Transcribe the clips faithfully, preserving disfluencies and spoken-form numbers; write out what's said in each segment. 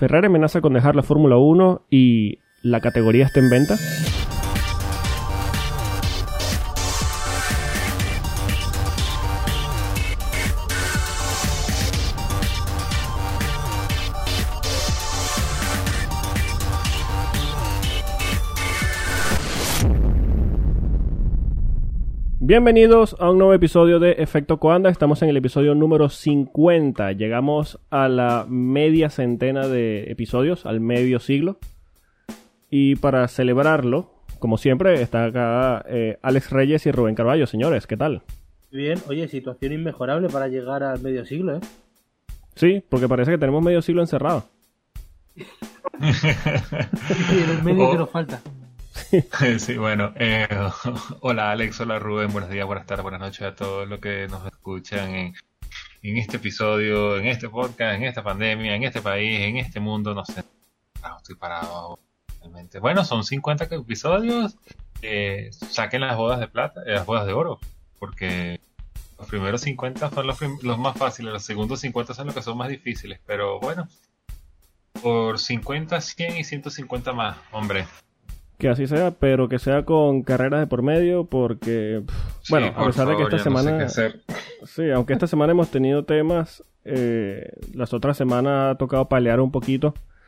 Ferrari amenaza con dejar la Fórmula uno y la categoría está en venta. Bienvenidos a un nuevo episodio de Efecto Coanda. Estamos en el episodio número cincuenta. Llegamos a la media centena de episodios, al medio siglo. Y para celebrarlo, como siempre, está acá eh, Alex Reyes y Rubén Carballo. Señores, ¿qué tal? Bien, oye, situación inmejorable para llegar al medio siglo, ¿eh? Sí, porque parece que tenemos medio siglo encerrado. Sí, en el medio oh. que nos falta. Sí, bueno, eh, hola Alex, hola Rubén, buenos días, buenas tardes, buenas noches a todos los que nos escuchan en, en este episodio, en este podcast, en esta pandemia, en este país, en este mundo, no sé, no, estoy parado realmente. Bueno, son cincuenta episodios, eh, saquen las bodas de plata, eh, las bodas de oro, porque los primeros cincuenta son los, prim- los más fáciles, los segundos cincuenta son los que son más difíciles, pero bueno, por cincuenta, cien y ciento cincuenta más, hombre. Que así sea, pero que sea con carreras de por medio, porque, pff, bueno, sí, a pesar favor, de que esta semana, no sé sí, aunque esta semana hemos tenido temas, eh, las otras semanas ha tocado palear un poquito.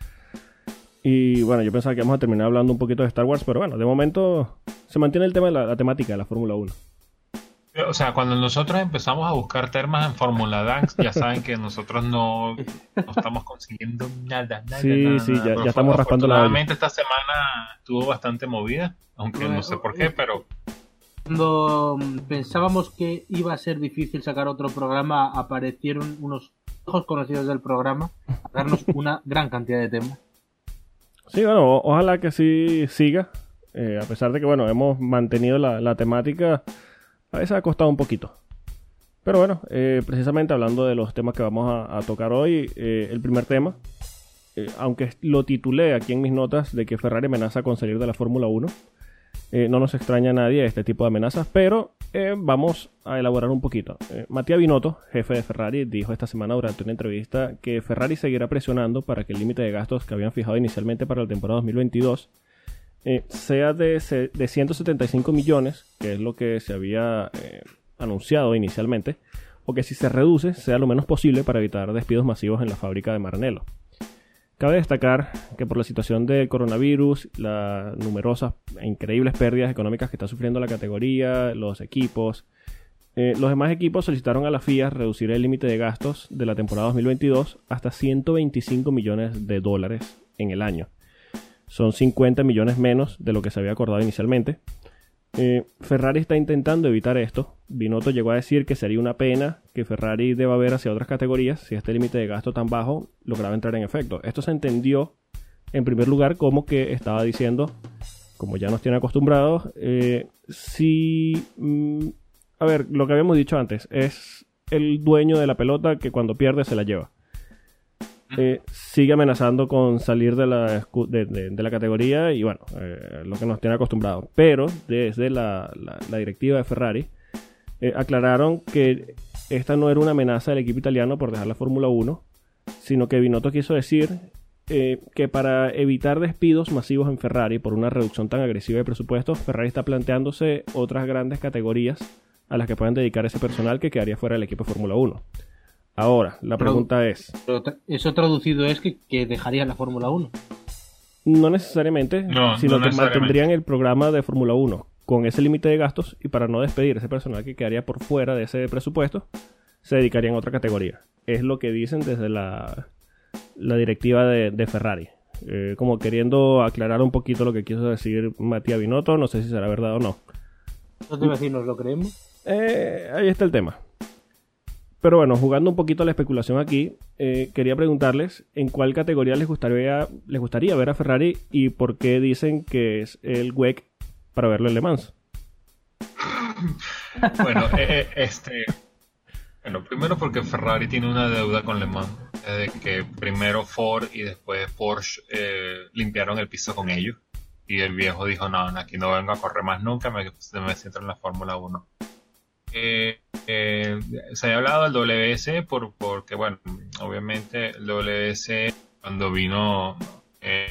Y bueno, yo pensaba que íbamos a terminar hablando un poquito de Star Wars, pero bueno, de momento se mantiene el tema de la, la temática de la Fórmula uno. O sea, cuando nosotros empezamos a buscar temas en Fórmula Dance, ya saben que nosotros no, no estamos consiguiendo nada, nada, sí, nada. Sí, ya, ya ya estamos raspando la olla. Afortunadamente esta semana estuvo bastante movida, aunque bueno, no sé por qué, pero... Cuando pensábamos que iba a ser difícil sacar otro programa, aparecieron unos viejos conocidos del programa a darnos una gran cantidad de temas. Sí, bueno, o- ojalá que sí siga, eh, a pesar de que, bueno, hemos mantenido la, la temática... A veces ha costado un poquito. Pero bueno, eh, precisamente hablando de los temas que vamos a, a tocar hoy, eh, el primer tema, eh, aunque lo titulé aquí en mis notas de que Ferrari amenaza con salir de la Fórmula uno, eh, no nos extraña a nadie este tipo de amenazas, pero eh, vamos a elaborar un poquito. Eh, Mattia Binotto, jefe de Ferrari, dijo esta semana durante una entrevista que Ferrari seguirá presionando para que el límite de gastos que habían fijado inicialmente para la temporada dos mil veintidós Eh, sea de, de ciento setenta y cinco millones, que es lo que se había eh, anunciado inicialmente, o que si se reduce sea lo menos posible para evitar despidos masivos en la fábrica de Maranello. Cabe destacar que por la situación del coronavirus, las numerosas e increíbles pérdidas económicas que está sufriendo la categoría, los equipos, eh, los demás equipos solicitaron a la F I A reducir el límite de gastos de la temporada dos mil veintidós hasta ciento veinticinco millones de dólares en el año. Son cincuenta millones menos de lo que se había acordado inicialmente. Eh, Ferrari está intentando evitar esto. Binotto llegó a decir que sería una pena que Ferrari deba ver hacia otras categorías si este límite de gasto tan bajo lograba entrar en efecto. Esto se entendió en primer lugar como que estaba diciendo, como ya nos tiene acostumbrados, eh, si... Mm, a ver, lo que habíamos dicho antes, es el dueño de la pelota que cuando pierde se la lleva. Eh, sigue amenazando con salir de la, de, de, de la categoría y bueno, eh, lo que nos tiene acostumbrados. Pero desde la, la, la directiva de Ferrari eh, aclararon que esta no era una amenaza del equipo italiano por dejar la Fórmula uno, sino que Binotto quiso decir eh, que para evitar despidos masivos en Ferrari por una reducción tan agresiva de presupuestos, Ferrari está planteándose otras grandes categorías a las que puedan dedicar ese personal que quedaría fuera del equipo de Fórmula uno. Ahora, la pregunta pero, es... Pero eso traducido es que, que dejaría la Fórmula uno. No necesariamente, no, sino no que necesariamente. Mantendrían el programa de Fórmula uno con ese límite de gastos y para no despedir ese personal que quedaría por fuera de ese presupuesto, se dedicarían a otra categoría. Es lo que dicen desde la, la directiva de, de Ferrari. Eh, como queriendo aclarar un poquito lo que quiso decir Mattia Binotto, no sé si será verdad o no. No te iba a decir, ¿nos lo creemos? Eh, ahí está el tema. Pero bueno, jugando un poquito a la especulación aquí, eh, quería preguntarles en cuál categoría les gustaría, les gustaría ver a Ferrari y por qué dicen que es el W E C para verlo en Le Mans. Bueno, eh, este, bueno, primero porque Ferrari tiene una deuda con Le Mans, de que primero Ford y después Porsche eh, limpiaron el piso con ellos y el viejo dijo, no, aquí no vengo a correr más nunca, me, me siento en la Fórmula uno. Eh, eh, se ha hablado del W S por, porque, bueno, obviamente el W S cuando vino eh,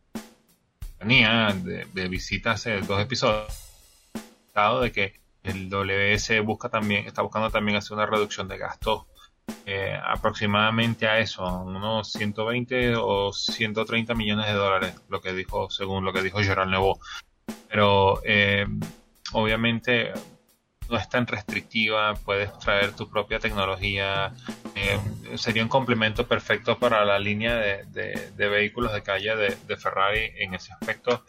venía de, de visita hace dos episodios, de que el W S busca también, está buscando también hacer una reducción de gastos eh, aproximadamente a eso, a unos ciento veinte o ciento treinta millones de dólares, lo que dijo, según lo que dijo Gerald Neveu. Pero eh, obviamente no es tan restrictiva, puedes traer tu propia tecnología, eh, sería un complemento perfecto para la línea de, de, de vehículos de calle de, de Ferrari en ese aspecto.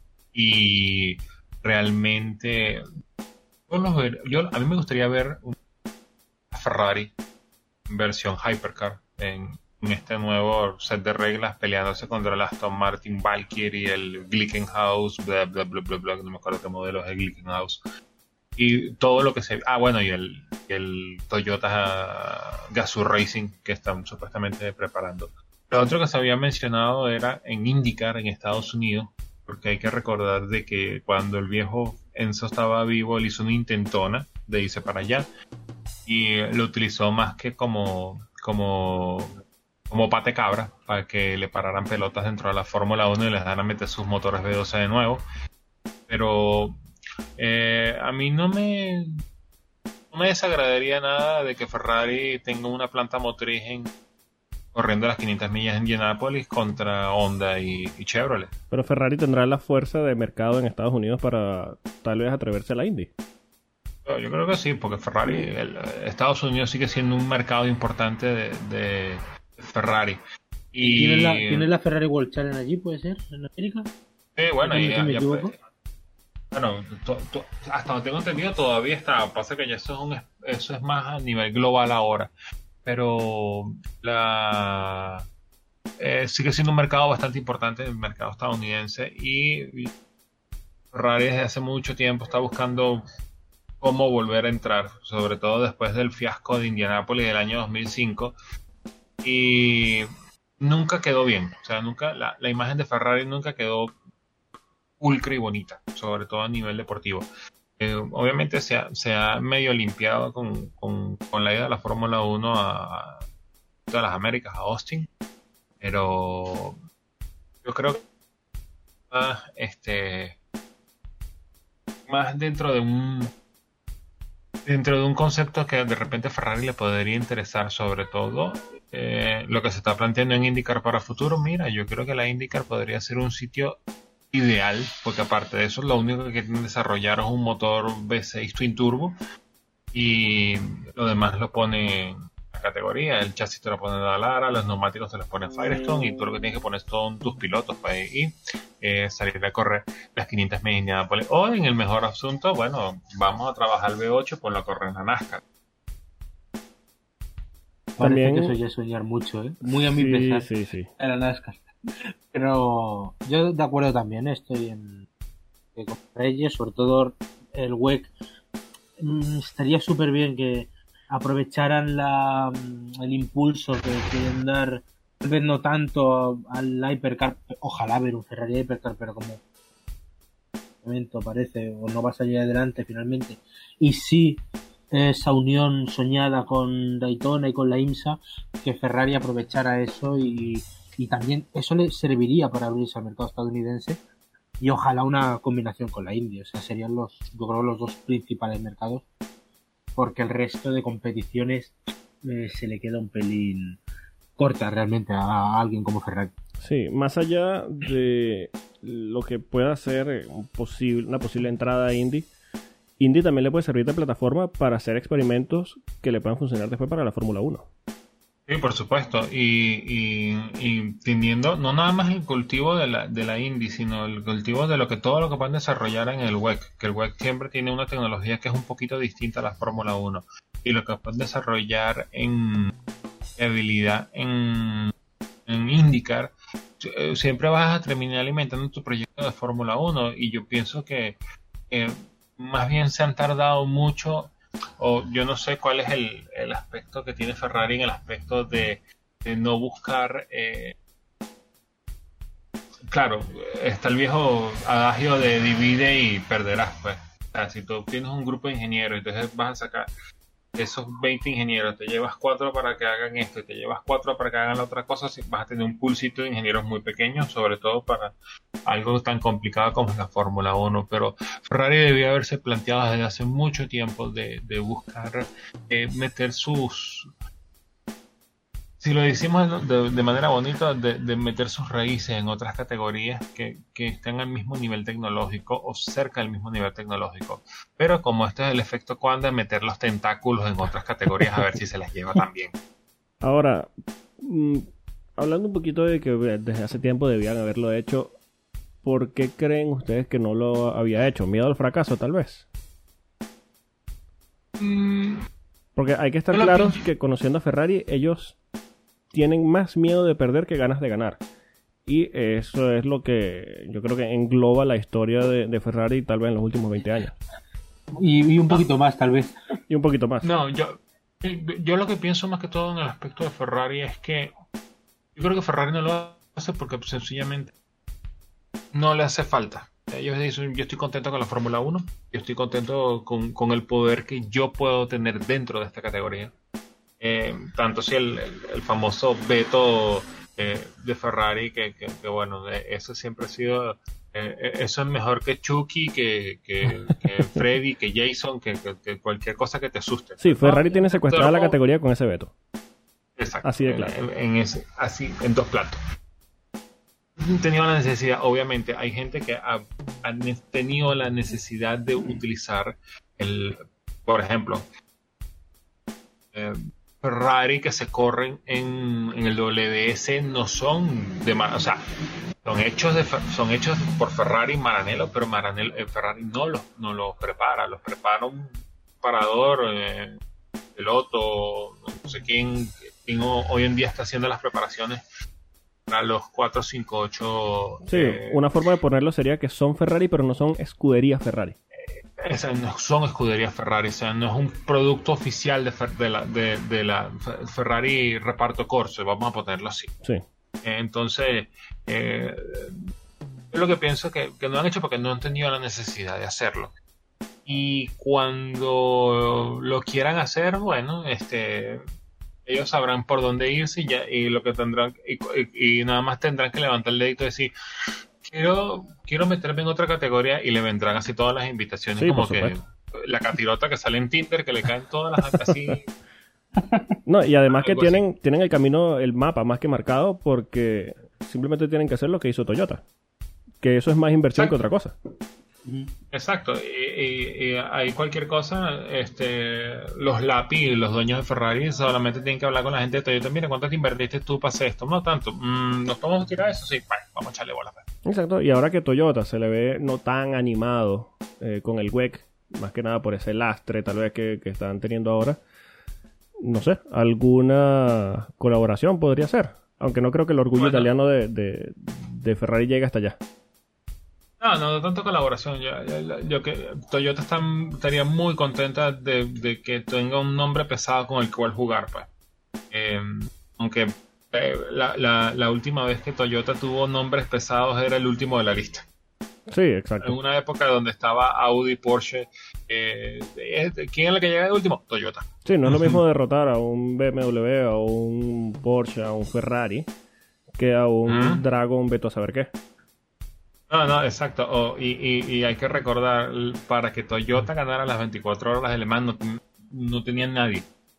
Y realmente yo, los ver, yo a mí me gustaría ver una Ferrari versión Hypercar en, en este nuevo set de reglas, peleándose contra el Aston Martin Valkyrie, el Glickenhaus, bla bla bla bla bla, no me acuerdo qué modelo es el Glickenhaus, y todo lo que se ah bueno y el, el Toyota Gazoo Racing que están supuestamente preparando. Lo otro que se había mencionado era en IndyCar en Estados Unidos, porque hay que recordar de que cuando el viejo Enzo estaba vivo, él hizo una intentona de irse para allá y lo utilizó más que como como como pate cabra para que le pararan pelotas dentro de la Fórmula uno y les dan a meter sus motores V doce de nuevo. Pero eh, a mí no me no me desagradaría nada de que Ferrari tenga una planta motriz en corriendo las quinientas millas en Indianapolis contra Honda y, y Chevrolet. Pero Ferrari tendrá la fuerza de mercado en Estados Unidos para tal vez atreverse a la Indy. Yo, yo creo que sí, porque Ferrari, el, Estados Unidos sigue siendo un mercado importante de, de Ferrari. Y ¿Tiene la, ¿Tiene la Ferrari World Challenge allí, puede ser, en América? Sí, bueno, y, ¿Me ya, equivoco? ya, bueno, to, to, hasta donde tengo entendido todavía está. Pasa que ya eso es, un, eso es más a nivel global ahora. Pero la eh, sigue siendo un mercado bastante importante, el mercado estadounidense, y Ferrari desde hace mucho tiempo está buscando cómo volver a entrar, sobre todo después del fiasco de Indianápolis del año dos mil cinco, y nunca quedó bien, o sea, nunca la, la imagen de Ferrari nunca quedó pulcra y bonita, sobre todo a nivel deportivo. Eh, obviamente se ha, se ha medio limpiado con, con, con la ida de la Fórmula uno a, a las Américas, a Austin, pero yo creo que más, este, más dentro de un dentro de un concepto que de repente a Ferrari le podría interesar, sobre todo eh, lo que se está planteando en IndyCar para futuro. Mira, yo creo que la IndyCar podría ser un sitio ideal, porque aparte de eso lo único que quieren desarrollar es un motor V seis Twin Turbo y lo demás lo pone en la categoría, el chasis te lo pone Dallara, los neumáticos te los pone Firestone y tú lo que tienes que poner son tus pilotos para ir eh, salir a correr las quinientas millas de Indianapolis. O en el mejor asunto, bueno, vamos a trabajar el V ocho por la correr en la NASCAR. Parece También... que eso ya es soñar mucho, ¿eh? Muy a mi sí, pesar. Sí, sí. En la NASCAR. Pero yo de acuerdo también, ¿eh? Estoy en que con Reyes, sobre todo el W E C. Mm, estaría súper bien que aprovecharan la, el impulso que quieren dar, tal vez no tanto al Hypercar, ojalá ver un Ferrari Hypercar, pero como momento parece, o no va a salir adelante finalmente, y sí esa unión soñada con Daytona y con la IMSA, que Ferrari aprovechara eso y y también eso le serviría para abrirse al mercado estadounidense y ojalá una combinación con la India. O sea, serían los, yo creo, los dos principales mercados, porque el resto de competiciones eh, se le queda un pelín corta realmente a, a alguien como Ferrari. Sí, más allá de lo que pueda ser un posible, una posible entrada a Indy, Indy también le puede servir de plataforma para hacer experimentos que le puedan funcionar después para la Fórmula uno. Sí, por supuesto, y, y, y teniendo no nada más el cultivo de la, de la Indy, sino el cultivo de lo que todo lo que pueden desarrollar en el W E C, que el W E C siempre tiene una tecnología que es un poquito distinta a la Fórmula uno, y lo que pueden desarrollar en habilidad en, en IndyCar, siempre vas a terminar alimentando tu proyecto de Fórmula uno, y yo pienso que eh, más bien se han tardado mucho. O yo no sé cuál es el, el aspecto que tiene Ferrari en el aspecto de, de no buscar eh, claro, está el viejo adagio de divide y perderás, pues. O sea, si tú tienes un grupo de ingenieros, entonces vas a sacar esos veinte ingenieros, te llevas cuatro para que hagan esto y te llevas cuatro para que hagan la otra cosa, vas a tener un pulsito de ingenieros muy pequeños, sobre todo para algo tan complicado como es la Fórmula uno. Pero Ferrari debía haberse planteado desde hace mucho tiempo de, de buscar eh, meter sus... Si lo decimos de, de manera bonita, de, de meter sus raíces en otras categorías que, que estén al mismo nivel tecnológico o cerca del mismo nivel tecnológico. Pero como este es el efecto Quanda, meter los tentáculos en otras categorías a ver si se las lleva también. Ahora, mmm, hablando un poquito de que desde hace tiempo debían haberlo hecho, ¿por qué creen ustedes que no lo había hecho? ¿Miedo al fracaso, tal vez? Mm, Porque hay que estar Yo lo claros pienso. que conociendo a Ferrari, ellos tienen más miedo de perder que ganas de ganar. Y eso es lo que yo creo que engloba la historia de, de Ferrari tal vez en los últimos veinte años. Y, y un poquito más, tal vez. Y un poquito más. No, yo, yo lo que pienso más que todo en el aspecto de Ferrari es que yo creo que Ferrari no lo hace porque pues, sencillamente no le hace falta. Ellos dicen, yo estoy contento con la Fórmula uno, yo estoy contento con, con el poder que yo puedo tener dentro de esta categoría. Eh, tanto si el, el, el famoso veto eh, de Ferrari, que, que, que bueno, eh, eso siempre ha sido, eh, eso es mejor que Chucky, que, que, que Freddy, que Jason, que, que, que cualquier cosa que te asuste. Sí, Ferrari tiene secuestrada Pero- la categoría con ese veto. Exacto. Así de claro. En, en ese, así, en dos platos. Han tenido la necesidad, obviamente, hay gente que ha, ha ne- tenido la necesidad de utilizar el, por ejemplo, eh, Ferrari que se corren en, en el W S no son de, Mar- o sea, son hechos de, Fer- son hechos por Ferrari y Maranello, pero Maranello, eh, Ferrari no los, no los prepara, los prepara un parador, eh, piloto, no sé quién, quién ho- hoy en día está haciendo las preparaciones para los cuatro cinco ocho. Sí, eh, una forma de ponerlo sería que son Ferrari, pero no son escuderías Ferrari. Esas no son escuderías Ferrari, o sea, no es un producto oficial de, Fer- de la, de, de la Fe- Ferrari Reparto Corse, vamos a ponerlo así. Sí. Eh, entonces, eh, yo lo que pienso es que, que no han hecho porque no han tenido la necesidad de hacerlo. Y cuando lo quieran hacer, bueno, este, ellos sabrán por dónde irse y, ya, y lo que tendrán y, y- y nada más tendrán que levantar el dedito y decir quiero quiero meterme en otra categoría y le vendrán así todas las invitaciones, Sí, como por que supuesto. la catirota que sale en Tinder, que le caen todas las así. No, y además que Algo así. tienen, tienen el camino, el mapa más que marcado, porque simplemente tienen que hacer lo que hizo Toyota. Que eso es más inversión Exacto. que otra cosa. Exacto, y, y- y hay cualquier cosa, este, los Lapi, los dueños de Ferrari, solamente tienen que hablar con la gente de Toyota. Mira, ¿cuánto te invertiste tú para hacer esto? No tanto. Mm, ¿Nos podemos tirar eso? Sí, bueno, vamos a echarle bola. pues. Exacto, y ahora que Toyota se le ve no tan animado eh, con el W E C, más que nada por ese lastre tal vez que, que están teniendo ahora, no sé, alguna colaboración podría ser. Aunque no creo que el orgullo Bueno. italiano de, de, de Ferrari llegue hasta allá. No, no, no tanto colaboración. Yo, yo- yo que Toyota está, estaría muy contenta de, de que tenga un nombre pesado con el cual jugar, pues. Eh, aunque eh, la, la, la última vez que Toyota tuvo nombres pesados era el último de la lista. Sí, exacto. En una época donde estaba Audi, Porsche. Eh, eh, ¿Quién es el que llega de último? Toyota. Sí, no es lo mismo derrotar a un B M W, a un Porsche, a un Ferrari, que a un Ujú. Dragon, veto a saber qué. No, no, exacto. Oh, y, y, y hay que recordar, para que Toyota ganara las veinticuatro horas de Le Mans, no, no tenía nadie.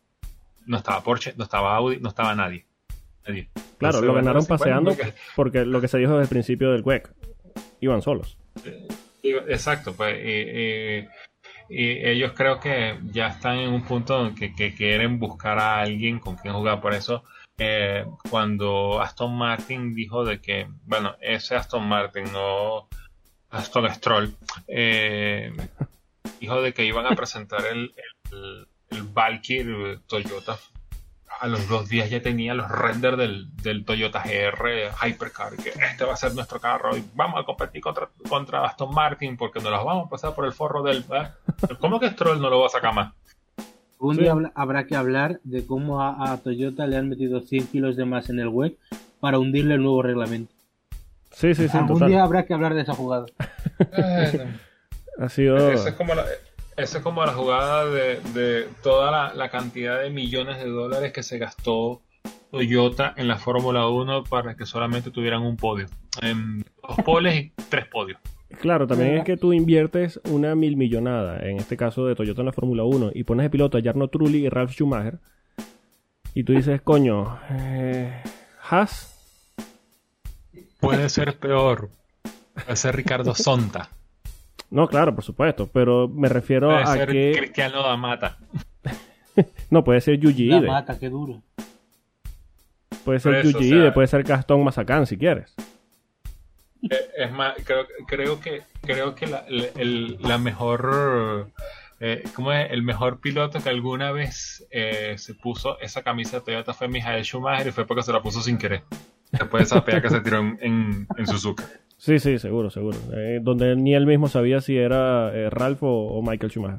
No estaba Porsche, no estaba Audi, no estaba nadie. Nadie. Claro, Entonces, lo bueno, ganaron sí, bueno, paseando porque- porque lo que se dijo desde el principio del W E C, iban solos. y- Exacto, pues. Y, y- y ellos creo que ya están en un punto en que, que quieren buscar a alguien con quien jugar. Por eso, eh, cuando Aston Martin dijo de que, bueno, ese Aston Martin, no Aston Stroll, eh, dijo de que iban a presentar el, el, el Valkyrie Toyota. A los dos días ya tenía los renders del, del Toyota G R Hypercar, que este va a ser nuestro carro y vamos a competir contra, contra Aston Martin porque nos los vamos a pasar por el forro del... ¿eh? ¿Cómo que Stroll no lo va a sacar más? Un Sí. día habla- habrá que hablar de cómo a, a Toyota le han metido cien kilos de más en el web para hundirle el nuevo reglamento. Sí, sí, sí, Algún total. día habrá que hablar de esa jugada. Eh, Ha sido... Eso es como la, Esa es como la jugada de, de toda la, la cantidad de millones de dólares que se gastó Toyota en la Fórmula uno para que solamente tuvieran un podio. En dos poles y tres podios. Claro, también es que tú inviertes una mil millonada, en este caso de Toyota en la Fórmula uno, y pones de piloto a Jarno Trulli y Ralf Schumacher, y tú dices, coño, eh, Haas... Puede ser peor. Puede ser Ricardo Zonta. No, claro, por supuesto, pero me refiero puede a ser que... Cristiano Damata. No, puede ser Yuji Ide. Damata, qué duro. Puede ser Eso, Yuji o sea, Ide, puede ser Gastón Mazacán, si quieres. Eh, es más, creo, creo que creo que la, la, el, la mejor... Eh, ¿Cómo es? El mejor piloto que alguna vez eh, se puso esa camisa de Toyota fue Michael Schumacher, y fue porque se la puso sin querer. Después de esa pelea que se tiró en, en, en Suzuka. Sí, sí, seguro, seguro. Eh, donde ni él mismo sabía si era eh, Ralf o, o Michael Schumacher.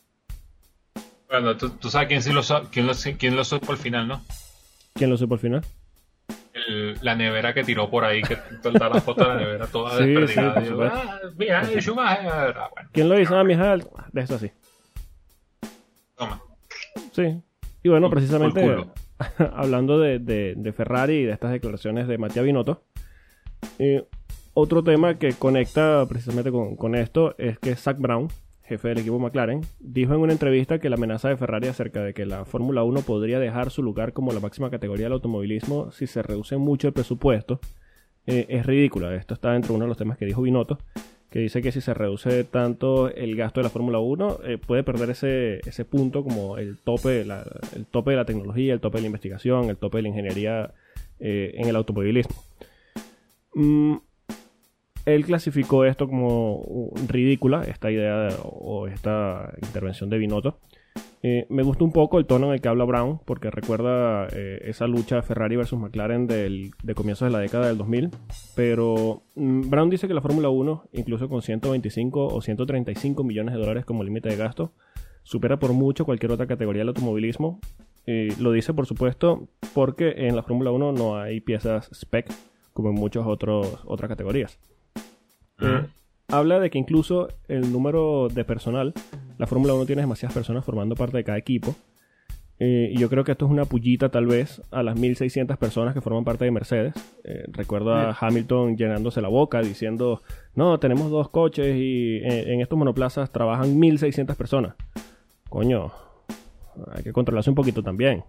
Bueno, tú, tú sabes quién, sí lo, quién, lo, quién lo supo al final, ¿no? ¿Quién lo supo al final? El, la nevera que tiró por ahí, que da la foto de la nevera toda sí, desperdigada. Sí, y yo, ah, Michael Schumacher. Ah, bueno. ¿Quién lo hizo? Ah, Michael. De eso así. Toma. Sí. Y bueno, precisamente Por culo. hablando de, de, de Ferrari y de estas declaraciones de Mattia Binotto, eh, otro tema que conecta precisamente con, con esto es que Zak Brown, jefe del equipo McLaren, dijo en una entrevista que la amenaza de Ferrari acerca de que la Fórmula uno podría dejar su lugar como la máxima categoría del automovilismo si se reduce mucho el presupuesto eh, es ridícula. Esto está dentro de uno de los temas que dijo Binotto, que dice que si se reduce tanto el gasto de la Fórmula uno, eh, puede perder ese, ese punto como el tope, la, el tope de la tecnología, el tope de la investigación, el tope de la ingeniería eh, en el automovilismo. Mm, él clasificó esto como ridícula, esta idea de, o esta intervención de Binotto. Eh, me gusta un poco el tono en el que habla Brown, porque recuerda eh, esa lucha Ferrari versus McLaren del, de comienzos de la década del dos mil. Pero mm, Brown dice que la Fórmula uno, incluso con ciento veinticinco o ciento treinta y cinco millones de dólares como límite de gasto, supera por mucho cualquier otra categoría del automovilismo. Eh, lo dice, por supuesto, porque en la Fórmula uno no hay piezas spec como en muchas otras categorías. Eh, habla de que incluso el número de personal, la Fórmula uno tiene demasiadas personas formando parte de cada equipo, eh, y yo creo que esto es una pullita tal vez a las mil seiscientas personas que forman parte de Mercedes. Eh, recuerdo a Hamilton llenándose la boca diciendo, no, tenemos dos coches y en, en estos monoplazas trabajan mil seiscientas personas. Coño, hay que controlarse un poquito también.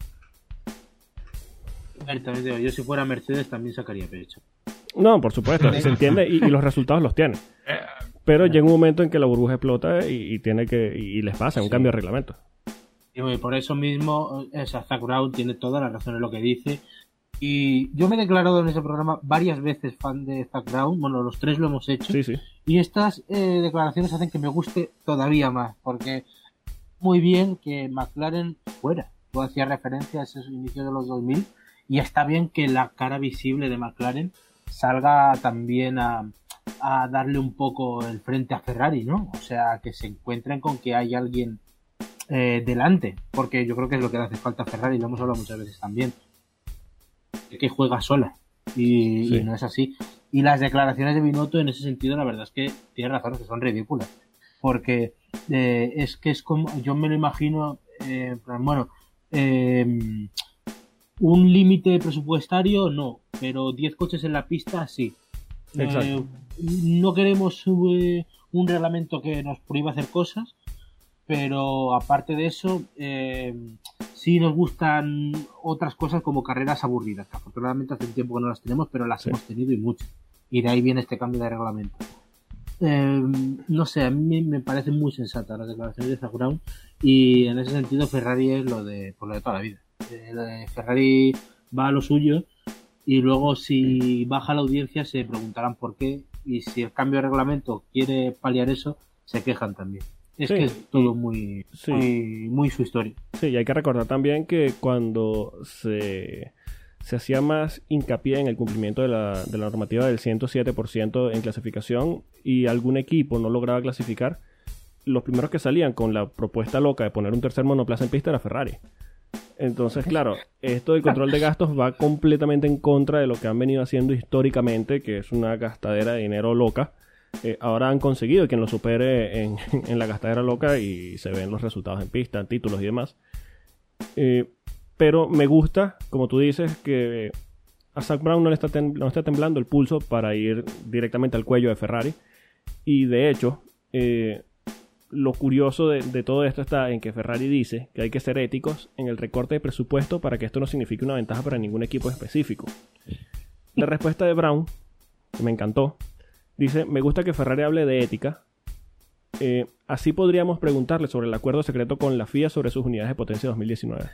Yo si fuera Mercedes también sacaría pecho. No, por supuesto, se entiende y, y los resultados los tiene. Pero llega un momento en que la burbuja explota y, y tiene que y, y les pasa un sí. cambio de reglamento. Y por eso mismo, esa Zak Brown tiene toda la razón en lo que dice. Y yo me he declarado en ese programa varias veces fan de Zak Brown. Bueno, los tres lo hemos hecho. Sí, sí. Y estas eh, declaraciones hacen que me guste todavía más. Porque muy bien que McLaren fuera. Tú hacías referencia a esos inicios de los dos mil. Y está bien que la cara visible de McLaren salga también a, a darle un poco el frente a Ferrari, ¿no? O sea, que se encuentren con que hay alguien eh, delante, porque yo creo que es lo que le hace falta a Ferrari, lo hemos hablado muchas veces también, que juega sola y, sí. y no es así. Y las declaraciones de Binotto en ese sentido, la verdad es que tiene razón, que son ridículas, porque eh, es que es como, yo me lo imagino, eh, bueno, eh, un límite presupuestario no, pero diez coches en la pista sí. Eh, no queremos eh, un reglamento que nos prohíba hacer cosas, pero aparte de eso eh, sí nos gustan otras cosas como carreras aburridas, que afortunadamente hace un tiempo que no las tenemos, pero las sí. hemos tenido y mucho, y de ahí viene este cambio de reglamento. Eh, no sé, a mí me parecen muy sensatas las declaraciones de Zak Brown, y en ese sentido Ferrari es lo de, por lo de toda la vida. Eh, Ferrari va a lo suyo, y luego si baja la audiencia se preguntarán por qué, y si el cambio de reglamento quiere paliar eso, se quejan también. Es sí, que es todo muy, sí. muy muy su historia. Sí, y hay que recordar también que cuando se, se hacía más hincapié en el cumplimiento de la, de la normativa del ciento siete por ciento en clasificación y algún equipo no lograba clasificar, los primeros que salían con la propuesta loca de poner un tercer monoplaza en pista era Ferrari. Entonces, claro, esto del control de gastos va completamente en contra de lo que han venido haciendo históricamente, que es una gastadera de dinero loca. Eh, ahora han conseguido quien lo supere en, en la gastadera loca y se ven los resultados en pista, en títulos y demás. Eh, pero me gusta, como tú dices, que a Zak Brown no le está, tem- no está temblando el pulso para ir directamente al cuello de Ferrari. Y de hecho, eh, lo curioso de, de todo esto está en que Ferrari dice que hay que ser éticos en el recorte de presupuesto para que esto no signifique una ventaja para ningún equipo específico. La respuesta de Brown, que me encantó, dice: me gusta que Ferrari hable de ética. Eh, así podríamos preguntarle sobre el acuerdo secreto con la F I A sobre sus unidades de potencia dos mil diecinueve.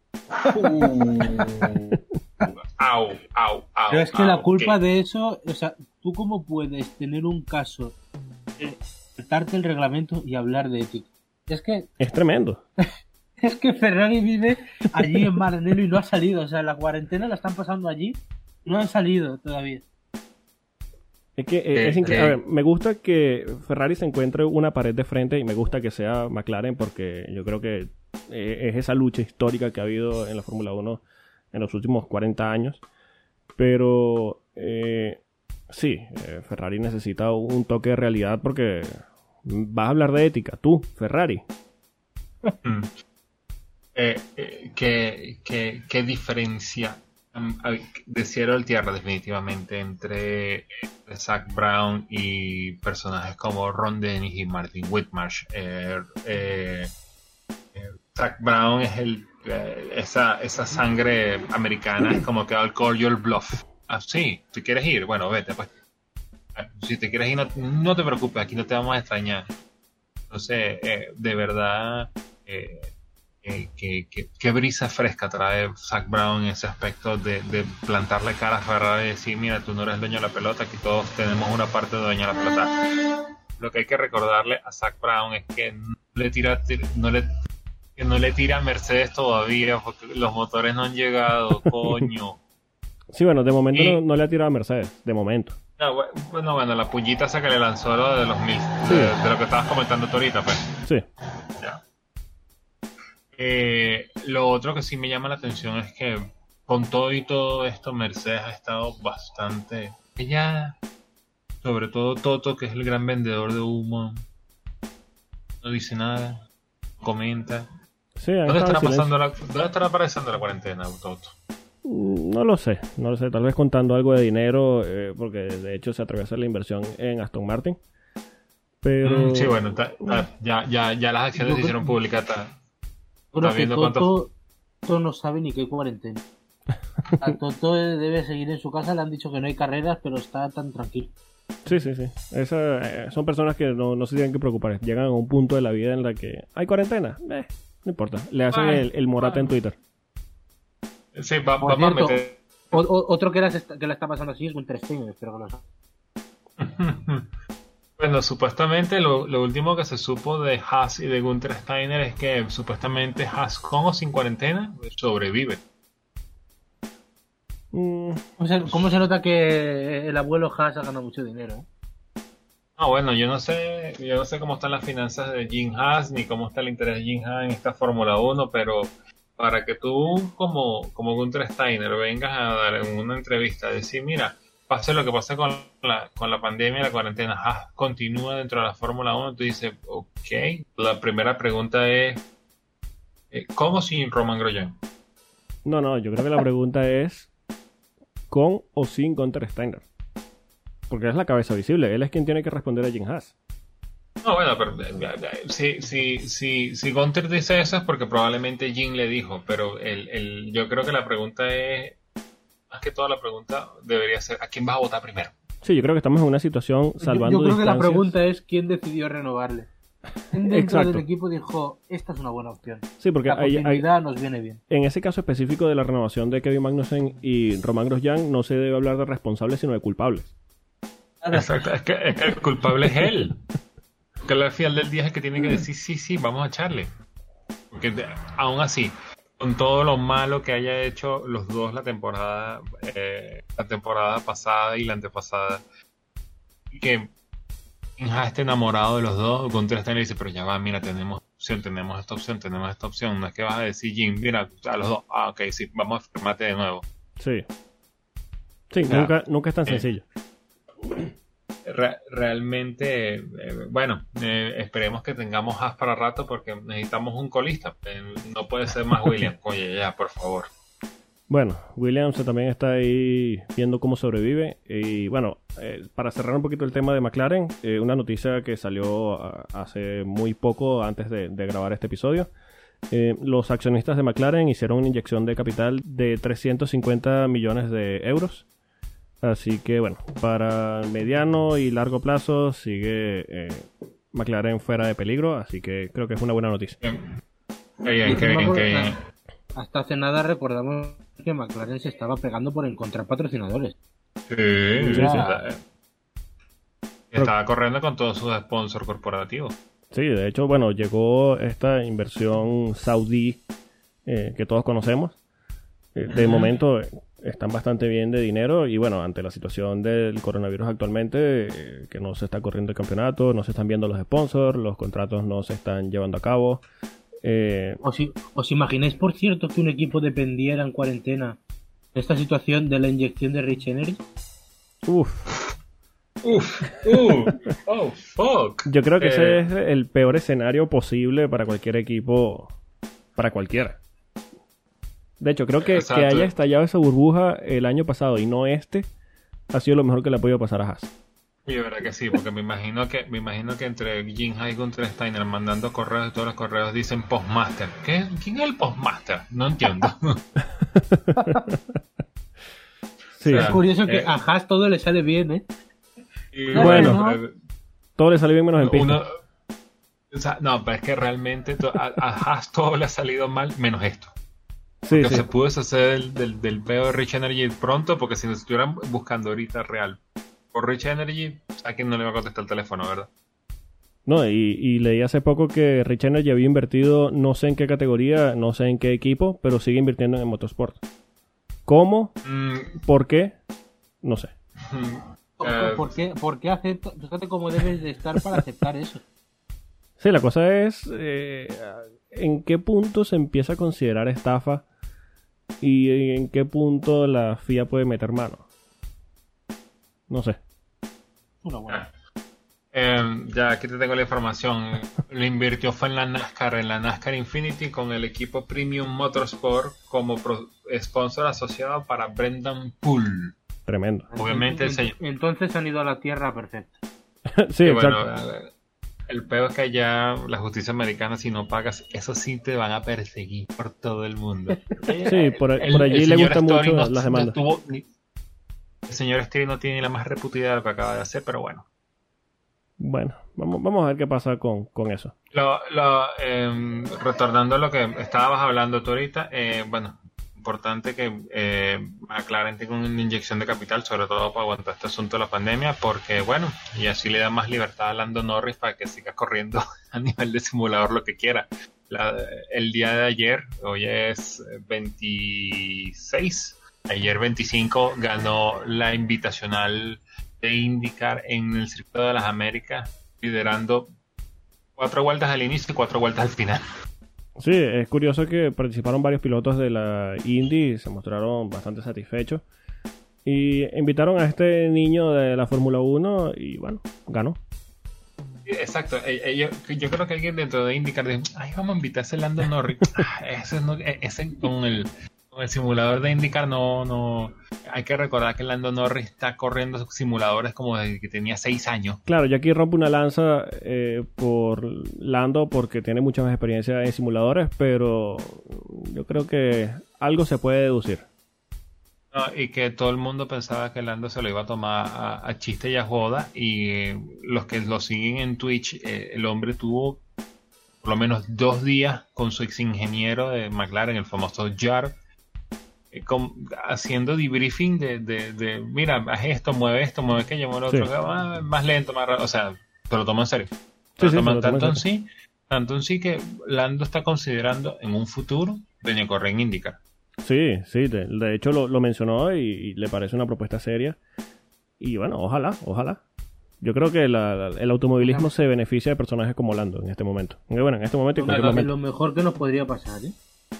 Uh, au, au, au, Pero es que au, la culpa ¿qué? de eso, o sea, ¿tú cómo puedes tener un caso, eh, saltarte el reglamento y hablar de ética? Es que Es tremendo. es que Ferrari vive allí en Maranello y no ha salido, o sea, la cuarentena la están pasando allí, no han salido todavía. Es que eh, Eh, es incre- eh. A ver, me gusta que Ferrari se encuentre una pared de frente y me gusta que sea McLaren porque yo creo que eh, es esa lucha histórica que ha habido en la Fórmula uno en los últimos cuarenta años. Pero eh, sí, eh, Ferrari necesita un toque de realidad porque vas a hablar de ética. Tú, Ferrari. Mm. Eh, eh, ¿qué, qué, qué diferencia um, hay de cielo al tierra definitivamente entre eh, Zak Brown y personajes como Ron Dennis y Martin Whitmarsh? Eh, eh, eh, Zak Brown es el eh, esa, esa sangre americana, es como que I'll call your bluff. Ah, sí, ¿tú quieres ir? Bueno, vete, pues. Si te quieres ir, no, no te preocupes, aquí no te vamos a extrañar. Entonces, eh, de verdad, eh, eh, que, que, qué brisa fresca trae Zak Brown en ese aspecto de, de plantarle cara a Ferrari y decir: mira, tú no eres dueño de la pelota, aquí todos tenemos una parte de dueño de la pelota. Lo que hay que recordarle a Zak Brown es que no le tira, no le, que no le tira a Mercedes todavía porque los motores no han llegado, coño. Sí, bueno, de momento Y- no, no le ha tirado a Mercedes. De momento. No, bu- bueno, bueno, la pullita esa que le lanzó lo de los mil, Sí. de, de lo que estabas comentando tú ahorita, pues. Sí. Ya. Eh, lo otro que sí me llama la atención es que con todo y todo esto Mercedes ha estado bastante ella, sobre todo Toto, que es el gran vendedor de humo, no dice nada, comenta. Sí, han ¿Dónde estado estará en silencio. pasando la, dónde estará apareciendo la cuarentena, Toto? Mm, No lo sé, no lo sé. Tal vez contando algo de dinero, eh, porque de hecho se atrevió a hacer la inversión en Aston Martin. Pero Mm, sí, bueno, ta- ta- ya, ya, ya las acciones Yo se creo- hicieron públicas. ta- Bueno, Está que viendo cuánto- Toto, Toto no sabe ni que hay cuarentena. A Toto debe seguir en su casa, le han dicho que no hay carreras, pero está tan tranquilo. sí, sí, sí. Esa, eh, son personas que no, no se tienen que preocupar. Llegan a un punto de la vida en la que hay cuarentena. Eh, no importa. Le hacen Ay, el, el morata en Twitter. Sí, va- Por vamos a cierto, meter. O- o- otro que, las está- que la está pasando así es Winter Steiner, espero que lo sepa. Bueno, supuestamente lo, lo último que se supo de Haas y de Gunther Steiner es que supuestamente Haas con o sin cuarentena sobrevive. Mm, ¿Cómo se, cómo se nota que el abuelo Haas ha ganado mucho dinero? ¿eh? Ah, bueno, yo no sé, yo no sé cómo están las finanzas de Jim Haas ni cómo está el interés de Jim Haas en esta Fórmula uno, pero para que tú como, como Gunther Steiner vengas a dar en una entrevista a decir, mira, pase lo que pase con la, con la pandemia y la cuarentena, Haas continúa dentro de la Fórmula uno, tú dices, ok, la primera pregunta es, eh, ¿cómo sin Romain Grosjean? no, no. Yo creo que la pregunta es ¿con o sin Gunther Steiner? Porque es la cabeza visible. Él es quien tiene que responder a Jim Haas. No, bueno, pero eh, eh, si, si, si, si Gunther dice eso es porque probablemente Jim le dijo, pero el, el, yo creo que la pregunta es, más que toda la pregunta debería ser, ¿a quién vas a votar primero? Sí, yo creo que estamos en una situación Yo, salvando yo creo que la distancias. pregunta es quién decidió renovarle. ¿Quién dentro Exacto. del equipo dijo, esta es una buena opción? Sí, porque La hay- hay- continuidad nos viene bien. en ese caso específico de la renovación de Kevin Magnussen y Romain Grosjean no se debe hablar de responsables sino de culpables. Exacto, es que, es que el culpable es él. Que al final del día es el que tiene que decir, sí, sí, vamos a echarle. Porque de- aún así, con todo lo malo que haya hecho los dos la temporada, eh, la temporada pasada y la antepasada, que Haas esté enamorado de los dos, Gunther Steiner dice, pero ya va, mira, tenemos opción, tenemos esta opción, tenemos esta opción. No es que vas a decir, Jim, mira, a los dos, ah, ok, sí, vamos a firmarte de nuevo. Sí. Sí, Ya. nunca, nunca es tan Eh. sencillo. re- realmente, eh, bueno, eh, esperemos que tengamos Haas para rato porque necesitamos un colista. Eh, no puede ser más Williams. Oye, ya, por favor. Bueno, Williams también está ahí viendo cómo sobrevive. Y bueno, eh, para cerrar un poquito el tema de McLaren, eh, una noticia que salió a, hace muy poco antes de, de grabar este episodio. Eh, los accionistas de McLaren hicieron una inyección de capital de trescientos cincuenta millones de euros. Así que bueno, para mediano y largo plazo sigue eh, McLaren fuera de peligro. Así que creo que es una buena noticia. Qué bien, qué bien, qué bien. Hasta hace nada recordamos que McLaren se estaba pegando por encontrar patrocinadores. Sí, Sí, sí, sí. sí. Estaba corriendo con todos sus sponsors corporativos. Sí, de hecho, bueno, llegó esta inversión saudí eh, que todos conocemos. Eh, de momento eh, están bastante bien de dinero y bueno, ante la situación del coronavirus actualmente, eh, que no se está corriendo el campeonato, no se están viendo los sponsors, los contratos no se están llevando a cabo. Eh, ¿Os, i- ¿Os imagináis, por cierto, que un equipo dependiera en cuarentena de esta situación de la inyección de Rich Energy? uf, Uf, uh, oh, fuck. yo creo que Eh, ese es el peor escenario posible para cualquier equipo, para cualquiera. De hecho, creo que, Exacto. que haya estallado esa burbuja el año pasado y no este, ha sido lo mejor que le ha podido pasar a Haas. Sí, verdad que sí, porque me imagino que me imagino que entre Jim Hay y Gunther Steiner mandando correos y todos los correos dicen postmaster. ¿Qué? ¿Quién es el postmaster? No entiendo. Sí, O Es sea, curioso que eh, a Haas todo le sale bien, ¿eh? Y Bueno. pero- todo le salió bien menos en pista. uno, o sea, no, pero es que realmente to- a, a Haas todo le ha salido mal menos esto. Sí, Que sí. se pudo deshacer del, del, del peo de Rich Energy pronto, porque si nos estuvieran buscando ahorita real por Rich Energy, ¿a quién no le va a contestar el teléfono, verdad? No, y, y leí hace poco que Rich Energy había invertido no sé en qué categoría, no sé en qué equipo, pero sigue invirtiendo en motorsport. ¿Cómo? Mm, ¿Por qué? No sé. mm, ¿Por, eh, por qué, ¿Por qué acepta? Fíjate cómo debes de estar para aceptar eso. Sí, la cosa es eh, en qué punto se empieza a considerar estafa y en qué punto la F I A puede meter mano. No sé. Una buena. Eh, ya aquí te tengo la información. Lo invirtió fue en la NASCAR, en la NASCAR Infinity con el equipo Premium Motorsport como pro- sponsor asociado para Brendan Poole. Tremendo. Obviamente el señor. Entonces han ido a la tierra perfecta. Sí, Y exacto. bueno, a ver, el peor es que ya la justicia americana, si no pagas, eso sí te van a perseguir por todo el mundo. Sí, por, El- por allí el le señor gustan Story mucho no- las no demandas. tuvo ni- el señor Story no tiene ni la más reputida de lo que acaba de hacer, pero bueno. Bueno, vamos, vamos a ver qué pasa con, con eso. Lo, lo, eh, retornando a lo que estabas hablando tú ahorita, eh, bueno, importante que eh, McLaren tenga una inyección de capital, sobre todo para aguantar este asunto de la pandemia, porque bueno, y así le da más libertad a Lando Norris para que siga corriendo a nivel de simulador lo que quiera. La- el día de ayer, hoy es veintiséis, ayer veinticinco ganó la invitacional de IndyCar en el Circuito de las Américas, liderando cuatro vueltas al inicio y cuatro vueltas al final. Sí, es curioso que participaron varios pilotos de la Indy y se mostraron bastante satisfechos. Y invitaron a este niño de la Fórmula uno y bueno, ganó. Exacto, eh, eh, yo, yo creo que alguien dentro de IndyCar dijo, ay, vamos a invitarse a Lando Norris. Ah, ese no, eh, ese con el, con el simulador de IndyCar no, no, hay que recordar que Lando Norris está corriendo simuladores como desde que tenía seis años. Claro, yo aquí rompo una lanza eh, por Lando porque tiene mucha más experiencia en simuladores, pero yo creo que algo se puede deducir. No, y que todo el mundo pensaba que Lando se lo iba a tomar a, a chiste y a joda, y eh, los que lo siguen en Twitch, eh, el hombre tuvo por lo menos dos días con su ex ingeniero de McLaren, el famoso Jar, eh, con- haciendo debriefing de, de, de, mira, haz esto, mueve esto, mueve aquello, mueve lo Sí. otro, ah, más lento, más rápido, o sea, se lo tomó en serio. Se Sí, lo sí, toman se lo tomó tanto en en sí, tanto en sí que Lando está considerando en un futuro venir a correr en IndyCar. Sí, sí, de, de hecho lo, lo mencionó y, y le parece una propuesta seria. Y bueno, ojalá, ojalá. Yo creo que la- la- el automovilismo se beneficia de personajes como Lando en este momento. Aunque bueno, en este momento y en Lo, cualquier lo- momento. lo mejor que nos podría pasar, ¿eh?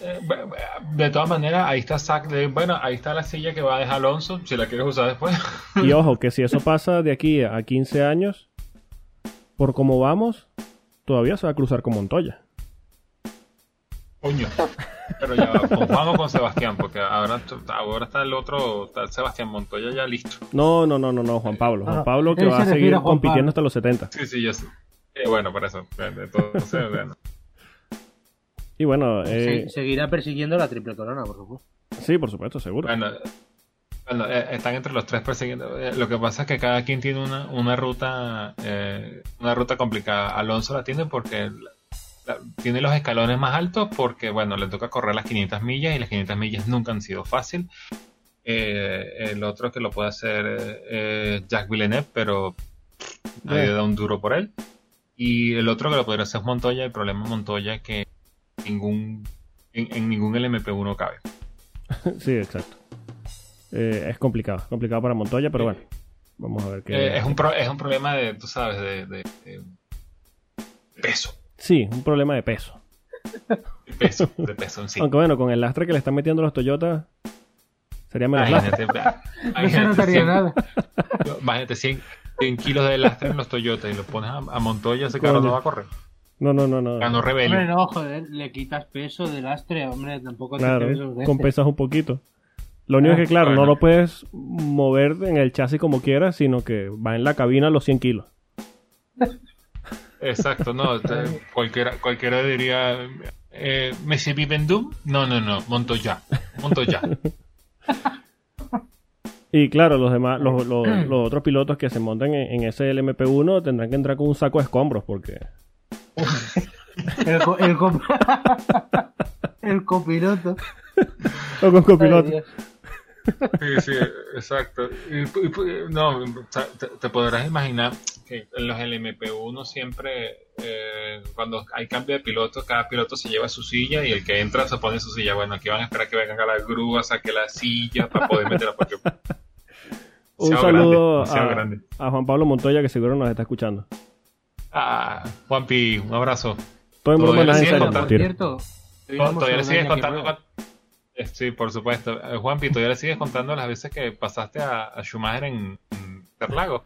eh, de todas maneras, ahí está Zach, de, bueno, ahí está la silla que va a dejar Alonso, si la quieres usar después. Y ojo, que si eso pasa de aquí a quince años, por cómo vamos, todavía se va a cruzar con Montoya. Coño. Pero ya, ¿con Juan o con Sebastián? Porque ahora, ahora está el otro, está Sebastián Montoya ya listo. No, no, no, no, no, Juan Pablo. Juan Ah, Pablo que él va se a refiere seguir a Juan compitiendo Pablo. hasta los setenta. Sí, sí, yo sé. Eh, bueno, por eso. Entonces, bueno. Y bueno, eh, Se- seguirá persiguiendo la triple corona, por supuesto. sí, por supuesto, seguro. Bueno, bueno eh, están entre los tres persiguiendo. Eh, lo que pasa es que cada quien tiene una, una ruta eh, una ruta complicada. Alonso la tiene porque la- la- tiene los escalones más altos porque, bueno, le toca correr las quinientas millas y las quinientas millas nunca han sido fácil. Eh, el otro que lo puede hacer eh, eh, Jacques Villeneuve, pero nadie da un duro por él. Y el otro que lo podría hacer es Montoya. El problema de Montoya es que ningún en, en ningún L M P uno cabe. Sí, exacto. Eh, es complicado, complicado para Montoya, pero bueno, vamos a ver qué. Eh, es, un pro- es un problema de, tú sabes, de, de- de peso. Sí, un problema de peso. De peso, de peso en sí. Aunque bueno, con el lastre que le están metiendo los Toyota, sería menos lastre. Imagínate, No se imagínate notaría cien nada. imagínate cien cien kilos de lastre en los Toyota y lo pones a, a Montoya, ese carro Coño. no va a correr. No, no, no, no. Ganó Hombre, Rebellion. no, joder, le quitas peso de lastre, hombre, tampoco te Claro, pesos de este. compensas un poquito. Lo único Ah, es que, claro, bueno. no lo puedes mover en el chasis como quieras, sino que va en la cabina a los cien kilos. Exacto, no. te- cualquiera, cualquiera diría, eh, ¿Messi vive en Doom? No, no, no, Montoya. Montoya. Y claro, los demás, los, los, los otros pilotos que se montan en, en ese L M P uno tendrán que entrar con un saco de escombros, porque El, co- el, co- el copiloto. o con copiloto. Ay, Dios. Sí, sí, exacto. Y, y- no, o sea, te, te podrás imaginar que en los L M P uno siempre, eh, cuando hay cambio de piloto, cada piloto se lleva su silla y el que entra se pone su silla. Bueno, aquí van a esperar que vengan a la grúa, saque la silla para poder meterla. Porque Un demasiado saludo grande, demasiado a, grande. a Juan Pablo Montoya, que seguro nos está escuchando. Ah, Juanpi, un abrazo. Todo el mundo Todavía me en sigue serio, contando. Por mentira. cierto, To- Todavía le sigues saludando contando. a Jackie cuan- eh, Sí, por supuesto. Eh, Juanpi, todavía le sigues contando las veces que pasaste a, a Schumacher en, en Interlagos.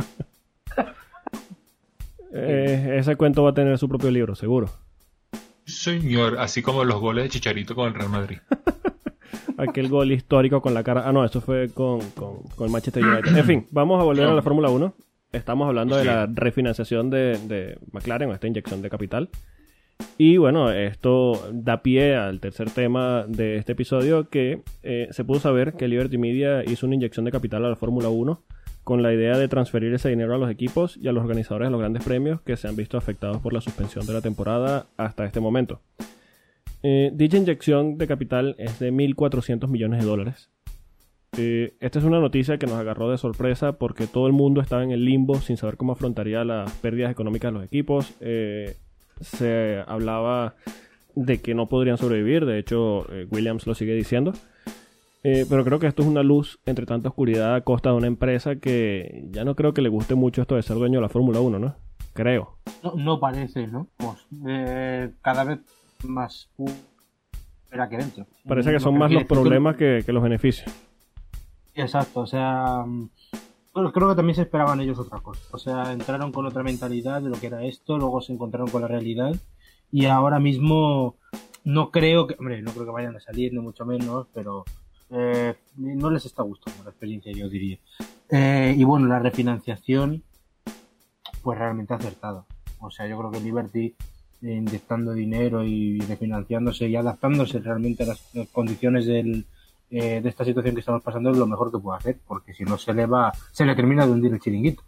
Eh, ese cuento va a tener su propio libro, seguro. Señor, así como los goles de Chicharito con el Real Madrid. Aquel gol histórico con la cara. Ah, no, eso fue con, con, con el Manchester United. En fin, vamos a volver a la Fórmula uno. Estamos hablando de Sí. la refinanciación de, de McLaren, o esta inyección de capital. Y bueno, esto da pie al tercer tema de este episodio, que eh, se pudo saber que Liberty Media hizo una inyección de capital a la Fórmula uno con la idea de transferir ese dinero a los equipos y a los organizadores de los grandes premios que se han visto afectados por la suspensión de la temporada hasta este momento. Eh, dicha inyección de capital es de mil cuatrocientos millones de dólares. Eh, esta es una noticia que nos agarró de sorpresa porque todo el mundo estaba en el limbo sin saber cómo afrontaría las pérdidas económicas de los equipos. Eh, se hablaba de que no podrían sobrevivir, de hecho eh, Williams lo sigue diciendo. Eh, pero creo que esto es una luz entre tanta oscuridad a costa de una empresa que ya no creo que le guste mucho esto de ser dueño de la Fórmula uno, ¿no? Creo. No, no parece, ¿no? Pues, eh, cada vez más fuera que dentro. Parece que Lo son más los quiere decir- problemas que, que los beneficios. Exacto, o sea, mm, bueno, creo que también se esperaban ellos otra cosa. O sea, entraron con otra mentalidad de lo que era esto, luego se encontraron con la realidad y ahora mismo no creo que, hombre, no creo que vayan a salir, ni mucho menos, pero eh, no les está gustando la experiencia, yo diría. Eh, y bueno, la refinanciación, pues realmente acertada. O sea, yo creo que Liberty, eh, inyectando dinero y refinanciándose y adaptándose realmente a las, las condiciones del, eh, de esta situación que estamos pasando es lo mejor que puede hacer, porque si no se le va, se le termina de hundir el chiringuito.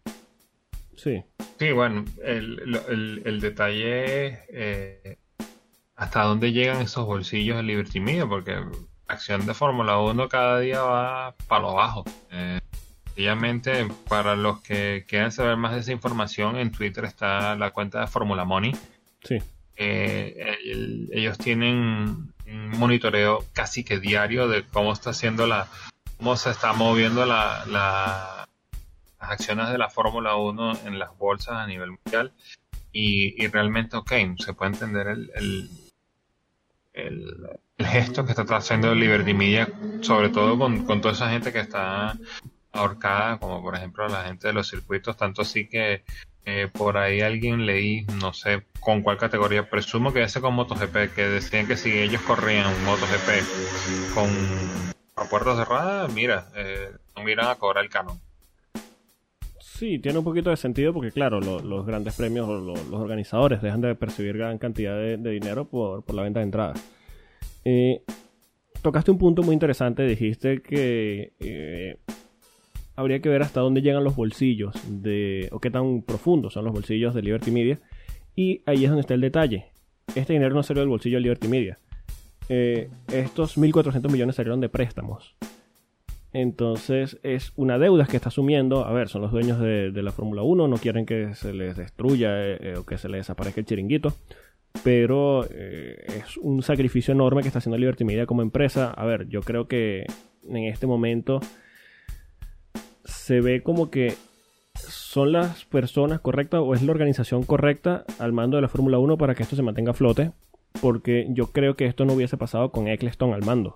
Sí. Sí, bueno, el, lo- el, el detalle es eh, hasta dónde llegan esos bolsillos de Liberty Media, porque la acción de Fórmula uno cada día va para lo bajo. Eh, sencillamente, para los que quieran saber más de esa información, en Twitter está la cuenta de Fórmula Money. Sí. Eh, el- ellos tienen un monitoreo casi que diario de cómo está haciendo la, cómo se está moviendo la, la- las acciones de la Fórmula uno en las bolsas a nivel mundial y, y realmente, ok, se puede entender el, el, el, el gesto que está haciendo Liberty Media, sobre todo con, con toda esa gente que está ahorcada, como por ejemplo la gente de los circuitos, tanto así que eh, por ahí alguien leí, no sé con cuál categoría, presumo que ese con MotoGP, que decían que si ellos corrían MotoGP con a puerta cerrada, mira, eh, no miran a cobrar el canon. Sí, tiene un poquito de sentido porque, claro, lo, los grandes premios o lo, los organizadores dejan de percibir gran cantidad de, de dinero por, por la venta de entradas. Eh, tocaste un punto muy interesante, dijiste que eh, habría que ver hasta dónde llegan los bolsillos de, o qué tan profundos son los bolsillos de Liberty Media, y ahí es donde está el detalle. Este dinero no salió del bolsillo de Liberty Media. Eh, estos mil cuatrocientos millones salieron de préstamos. Entonces es una deuda que está asumiendo. A ver, son los dueños de, de la Fórmula uno, no quieren que se les destruya eh, o que se les desaparezca el chiringuito, pero eh, es un sacrificio enorme que está haciendo Liberty Media como empresa. A ver, yo creo que en este momento se ve como que son las personas correctas o es la organización correcta al mando de la Fórmula uno para que esto se mantenga a flote, porque yo creo que esto no hubiese pasado con Eccleston al mando.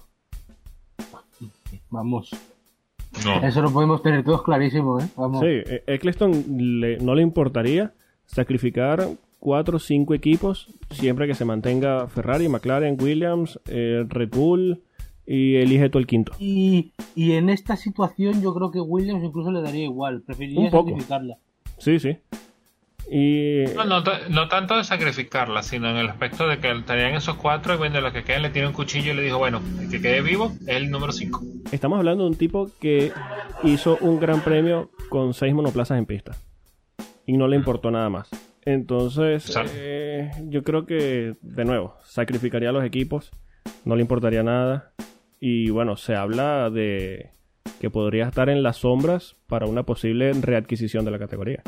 Vamos. No. Eso lo podemos tener todos clarísimo, ¿eh? Vamos. Sí, Eccleston le, no le importaría sacrificar cuatro o cinco equipos siempre que se mantenga Ferrari, McLaren, Williams, eh, Red Bull y elige tú el quinto. Y, y en esta situación yo creo que Williams incluso le daría igual, preferiría Un poco. sacrificarla. Sí, sí. Y No, no, no tanto de sacrificarla, sino en el aspecto de que estarían esos cuatro y bueno, los que queden le tiene un cuchillo y le dijo, bueno, el que quede vivo es el número cinco. estamos hablando de un tipo que hizo un gran premio con seis monoplazas en pista y no le importó nada más. Entonces, eh, yo creo que, de nuevo, sacrificaría a los equipos, no le importaría nada. Y bueno, se habla de que podría estar en las sombras para una posible readquisición de la categoría.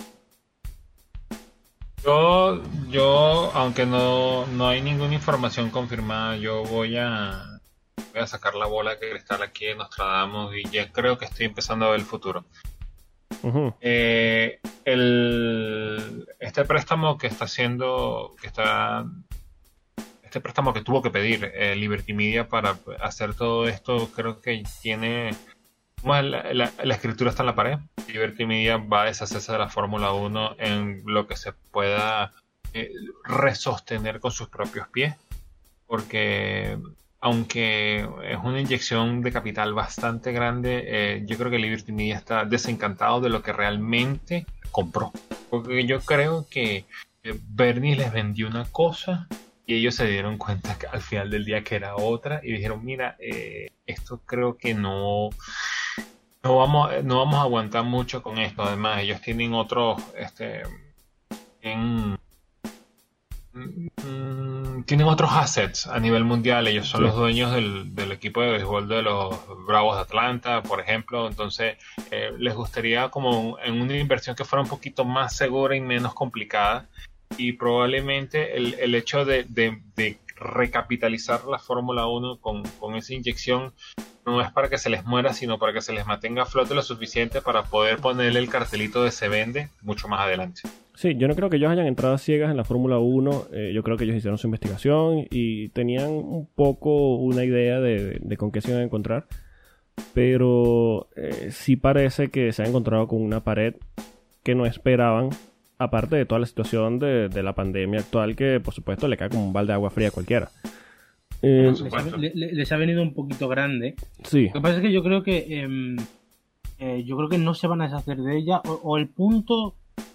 Yo, yo, aunque no, no hay ninguna información confirmada, yo voy a, voy a sacar la bola de cristal aquí en Nostradamus y ya creo que estoy empezando a ver el futuro. Uh-huh. Eh, el, este préstamo que está haciendo, que está, este préstamo que tuvo que pedir eh, Liberty Media para hacer todo esto, creo que tiene, la, la, la escritura está en la pared. Liberty Media va a deshacerse de la Fórmula uno en lo que se pueda eh, resostener con sus propios pies, porque aunque es una inyección de capital bastante grande, eh, yo creo que Liberty Media está desencantado de lo que realmente compró, porque yo creo que eh, Bernie les vendió una cosa y ellos se dieron cuenta que al final del día que era otra y dijeron, mira, eh, esto creo que no No vamos, no vamos a aguantar mucho con esto. Además, ellos tienen otros, este, en, mm, tienen otros assets a nivel mundial. Ellos son Sí. los dueños del, del equipo de béisbol de los Bravos de Atlanta, por ejemplo. Entonces, eh, les gustaría como en una inversión que fuera un poquito más segura y menos complicada. Y probablemente el, el hecho de, de, de recapitalizar la Fórmula uno con, con esa inyección no es para que se les muera, sino para que se les mantenga a flote lo suficiente para poder ponerle el cartelito de se vende mucho más adelante. Sí, yo no creo que ellos hayan entrado a ciegas en la Fórmula uno. Eh, yo creo que ellos hicieron su investigación y tenían un poco una idea de, de, de con qué se iban a encontrar. Pero eh, sí parece que se han encontrado con una pared que no esperaban, aparte de toda la situación de, de la pandemia actual, que por supuesto le cae como un balde de agua fría a cualquiera. Eh, Les ha, le- les ha venido un poquito grande. sí, Lo que pasa es que yo creo que eh, eh, yo creo que no se van a deshacer de ella, o, o el punto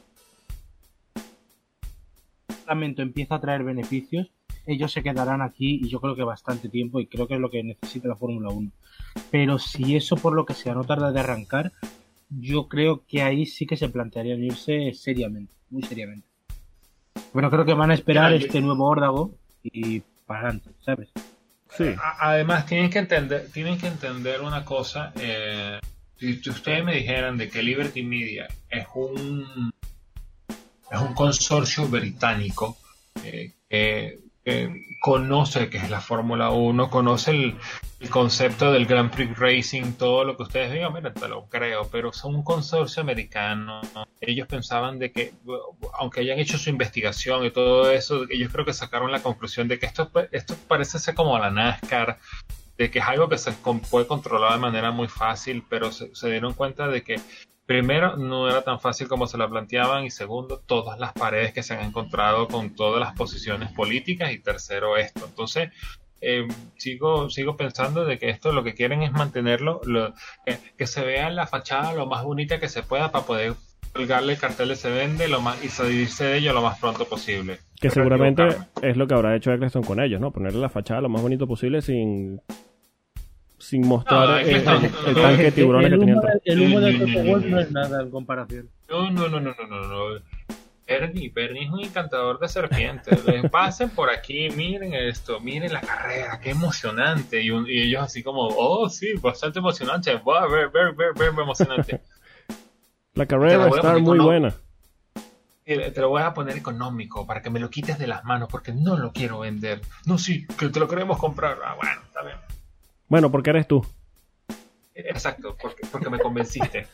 el reglamento empieza a traer beneficios, ellos se quedarán aquí y yo creo que bastante tiempo, y creo que es lo que necesita la Fórmula uno. Pero si eso por lo que sea no tarda de arrancar, yo creo que ahí sí que se plantearían irse seriamente, muy seriamente. Bueno, creo que van a esperar Mira, yo- este nuevo órdago y para adelante, ¿sabes? sí. A- Además, tienen que entender, tienen que entender una cosa. Eh, si, si ustedes me dijeran de que Liberty Media es un es un consorcio británico eh, que eh, conoce qué es la Fórmula uno, conoce el, el concepto del Grand Prix Racing, todo lo que ustedes digan, mira, te lo creo, pero son un consorcio americano. Ellos pensaban de que, aunque hayan hecho su investigación y todo eso, ellos creo que sacaron la conclusión de que esto, esto parece ser como la NASCAR, de que es algo que se puede controlar de manera muy fácil, pero se, se dieron cuenta de que primero no era tan fácil como se la planteaban, y segundo, todas las paredes que se han encontrado con todas las posiciones políticas, y tercero esto. Entonces eh, sigo sigo pensando de que esto lo que quieren es mantenerlo, lo, que, que se vea en la fachada lo más bonita que se pueda para poder colgarle el cartel de se vende lo más, y salirse de ello lo más pronto posible. Que seguramente es lo que habrá hecho Eccleston con ellos, ¿no? Ponerle la fachada lo más bonito posible sin sin mostrar no, el, el, el tanque de tiburones el que humo, tenían. El humo del Toto Wolff no es nada en comparación. No, no, no, no, no, no, no. Bernie, Bernie es un encantador de serpientes. Pasen por aquí, miren esto, miren la carrera, qué emocionante. Y, un, y ellos así como, oh, sí, bastante emocionante. Va, ver, ver, ver, ver, emocionante. La carrera va a estar muy buena. Te lo voy a poner económico para que me lo quites de las manos porque no lo quiero vender. No, sí, que te lo queremos comprar. Ah, bueno, está bien. Bueno, porque eres tú. Exacto, porque, porque me convenciste.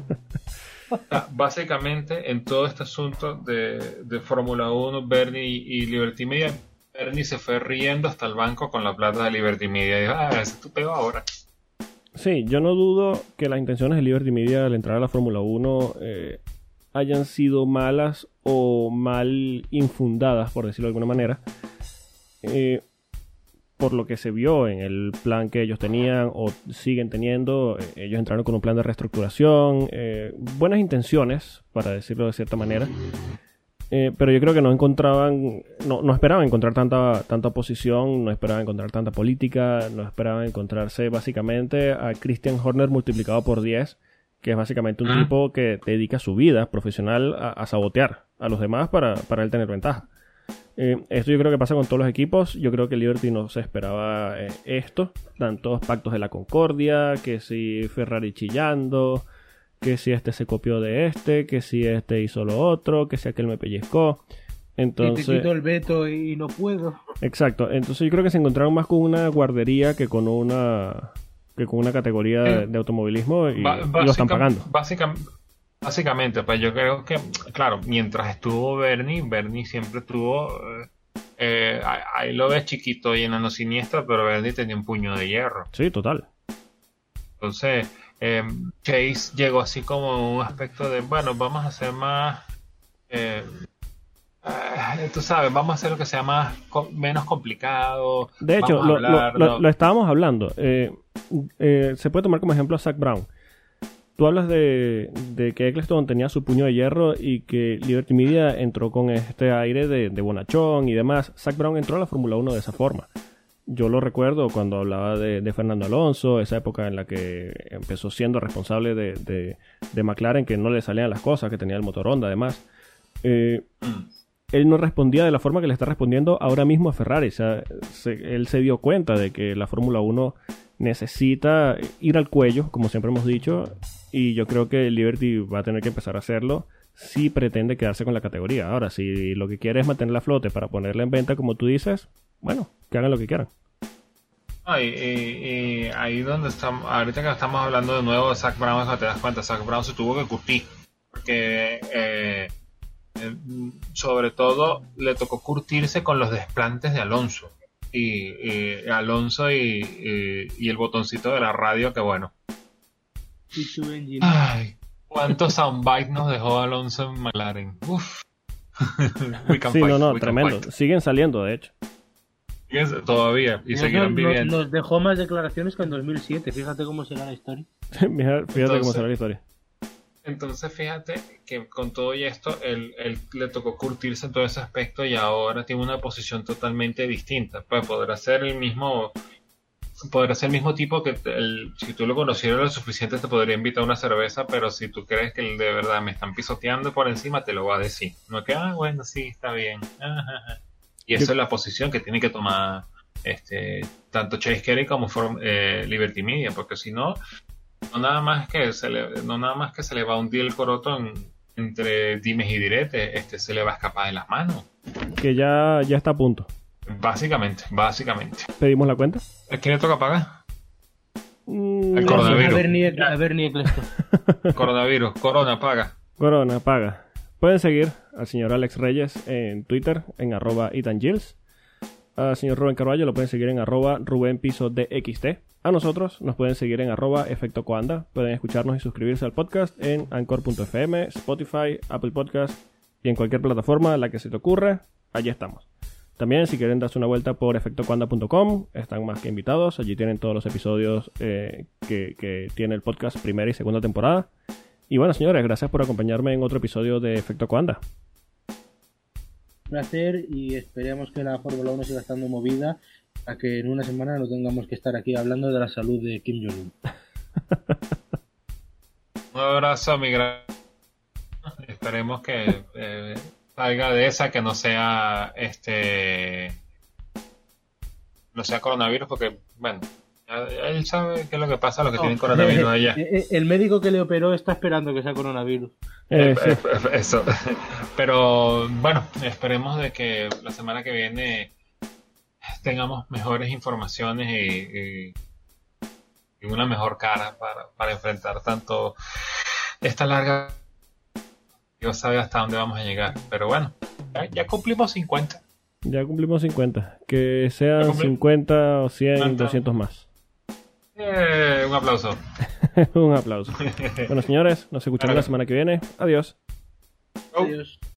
Básicamente, en todo este asunto de, de Fórmula uno, Bernie y, y Liberty Media, Bernie se fue riendo hasta el banco con la plata de Liberty Media. Y dijo, ah, ese es tu pego ahora. Sí, yo no dudo que las intenciones de Liberty Media al entrar a la Fórmula uno eh, hayan sido malas o mal infundadas, por decirlo de alguna manera. Eh, por lo que se vio en el plan que ellos tenían o siguen teniendo, eh, ellos entraron con un plan de reestructuración, eh, buenas intenciones, para decirlo de cierta manera, eh, pero yo creo que no encontraban, no, no esperaban encontrar tanta, tanta oposición, no esperaban encontrar tanta política, no esperaban encontrarse básicamente a Christian Horner multiplicado por diez, que es básicamente un ¿Ah? tipo que dedica su vida profesional a, a sabotear a los demás para, para él tener ventaja. Eh, esto yo creo que pasa con todos los equipos. Yo creo que Liberty no se esperaba eh, esto. Tantos pactos de la concordia, que si Ferrari chillando, que si este se copió de este, que si este hizo lo otro, que si aquel me pellizcó. Entonces, y te quito el veto y no puedo. Exacto. Entonces yo creo que se encontraron más con una guardería que con una que con una categoría de, de automovilismo y, ba- y lo están pagando. Básicamente, básicamente, pues yo creo que, claro, mientras estuvo Bernie, Bernie siempre tuvo, eh, ahí lo ves chiquito y enano siniestro, pero Bernie tenía un puño de hierro. Sí, total. Entonces, eh, Chase llegó así como un aspecto de, bueno, vamos a hacer más, eh, eh, tú sabes, vamos a hacer lo que sea más, menos complicado. De hecho, lo, hablar, lo, no. lo, lo estábamos hablando. Eh, eh, se puede tomar como ejemplo a Zach Brown. Tú hablas de, de que Eccleston tenía su puño de hierro y que Liberty Media entró con este aire de, de bonachón y demás. Zach Brown entró a la Fórmula uno de esa forma. Yo lo recuerdo cuando hablaba de, de Fernando Alonso, esa época en la que empezó siendo responsable de, de, de McLaren, que no le salían las cosas, que tenía el motor Honda además. Eh, él no respondía de la forma que le está respondiendo ahora mismo a Ferrari. O sea, se, él se dio cuenta de que la Fórmula uno necesita ir al cuello, como siempre hemos dicho, y yo creo que Liberty va a tener que empezar a hacerlo si pretende quedarse con la categoría. Ahora, si lo que quiere es mantenerla a flote para ponerla en venta, como tú dices, bueno, que hagan lo que quieran. Ah, y, y, y ahí donde estamos, ahorita que estamos hablando de nuevo de Zach Brown, te das cuenta, Zach Brown se tuvo que curtir, porque eh, eh, sobre todo le tocó curtirse con los desplantes de Alonso. Y, y Alonso y, y, y el botoncito de la radio, que bueno. Ay, cuántos soundbites nos dejó Alonso en McLaren. Uf. Sí, no, no, tremendo. Siguen saliendo, de hecho. Siguen todavía y nos, seguirán viviendo. Nos dejó más declaraciones que en dos mil siete. Fíjate cómo será la historia. Fíjate Entonces, cómo será la historia. Entonces fíjate que con todo y esto él, él le tocó curtirse en todo ese aspecto y ahora tiene una posición totalmente distinta. Pues podrá ser el mismo podrá ser el mismo tipo que el, si tú lo conocieras lo suficiente te podría invitar a una cerveza, pero si tú crees que de verdad me están pisoteando por encima te lo va a decir. No que, ah, bueno, sí, está bien. Y esa es la posición que tiene que tomar este tanto Chase Carey como For, eh, Liberty Media, porque si no No nada más que se le, no nada más que se le va a hundir el coroto en, entre dimes y diretes, este se le va a escapar de las manos. Que ya, ya está a punto. Básicamente, básicamente. ¿Pedimos la cuenta? ¿A quién le toca pagar? Mm, El no sé. coronavirus. A ver, ni, a ver, ni Eccleston. Coronavirus, corona, paga. Corona, paga. Pueden seguir al señor Alex Reyes en Twitter, en arroba etangils. Al señor Rubén Carballo lo pueden seguir en arroba Rubén Piso D X T. A nosotros nos pueden seguir en arroba Efecto Coanda. Pueden escucharnos y suscribirse al podcast en anchor punto f m, Spotify, Apple Podcast y en cualquier plataforma a la que se te ocurra. Allí estamos. También, si quieren darse una vuelta por efecto coanda punto com, están más que invitados. Allí tienen todos los episodios eh, que, que tiene el podcast primera y segunda temporada. Y bueno, señores, gracias por acompañarme en otro episodio de Efecto Coanda. Un placer y esperemos que la Fórmula uno siga estando movida para que en una semana no tengamos que estar aquí hablando de la salud de Kim Jong-un. Un abrazo, mi gran... Esperemos que eh, salga de esa, que no sea este no sea coronavirus, porque bueno, él sabe qué es lo que pasa a los que No. tienen coronavirus allá. El médico que le operó está esperando que sea coronavirus. Eh, Eh, sí. eh, Eso. Pero bueno, esperemos de que la semana que viene tengamos mejores informaciones y, y, y una mejor cara para, para enfrentar tanto esta larga. Dios sabe hasta dónde vamos a llegar. Pero bueno, ya, ya cumplimos cincuenta. Ya cumplimos cincuenta. Que Ya sean cumplimos. cincuenta o cien, cincuenta. doscientos más. Eh, un aplauso. Un aplauso. Bueno, señores, nos escuchamos la semana que viene. Adiós. Chau. Adiós.